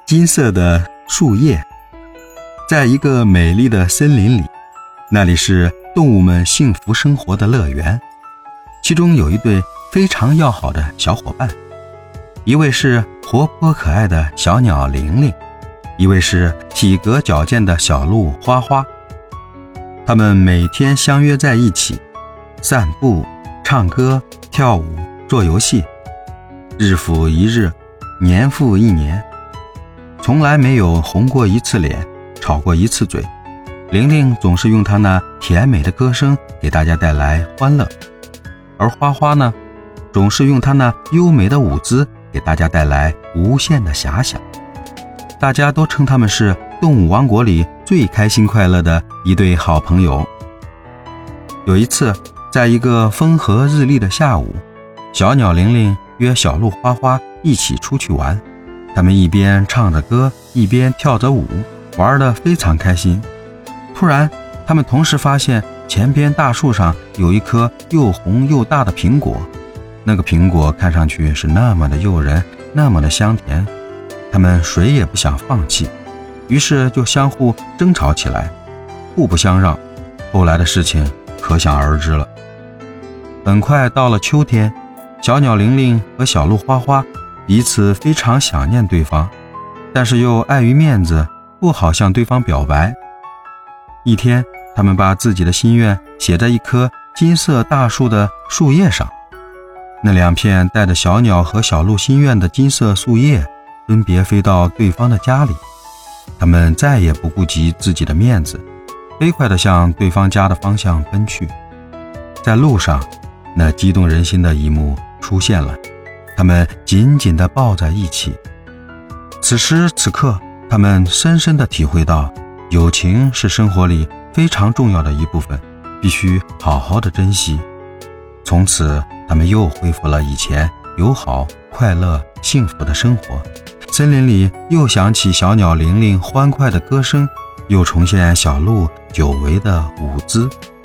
金色的树叶。在一个美丽的森林里，那里是动物们幸福生活的乐园。其中有一对非常要好的小伙伴，一位是活泼可爱的小鸟玲玲，一位是体格矫健的小鹿花花。他们每天相约在一起，散步、唱歌、跳舞、做游戏，日复一日，年复一年，从来没有红过一次脸，吵过一次嘴。玲玲总是用她那甜美的歌声给大家带来欢乐，而花花呢，总是用她那优美的舞姿给大家带来无限的遐想。大家都称他们是动物王国里最开心快乐的一对好朋友。有一次，在一个风和日丽的下午，小鸟玲玲约小鹿花花一起出去玩。他们一边唱着歌，一边跳着舞，玩得非常开心。突然，他们同时发现前边大树上有一颗又红又大的苹果，那个苹果看上去是那么的诱人，那么的香甜，他们谁也不想放弃，于是就相互争吵起来，互不相让。后来的事情可想而知了。很快到了秋天，小鸟玲玲和小鹿花花彼此非常想念对方，但是又碍于面子，不好向对方表白。一天，他们把自己的心愿写在一棵金色大树的树叶上。那两片带着小鸟和小鹿心愿的金色树叶分别飞到对方的家里，他们再也不顾及自己的面子，飞快地向对方家的方向奔去。在路上，那激动人心的一幕出现了，他们紧紧地抱在一起。此时此刻，他们深深地体会到，友情是生活里非常重要的一部分，必须好好的珍惜。从此，他们又恢复了以前友好、快乐、幸福的生活。森林里又响起小鸟玲玲欢快的歌声，又重现小鹿久违的舞姿。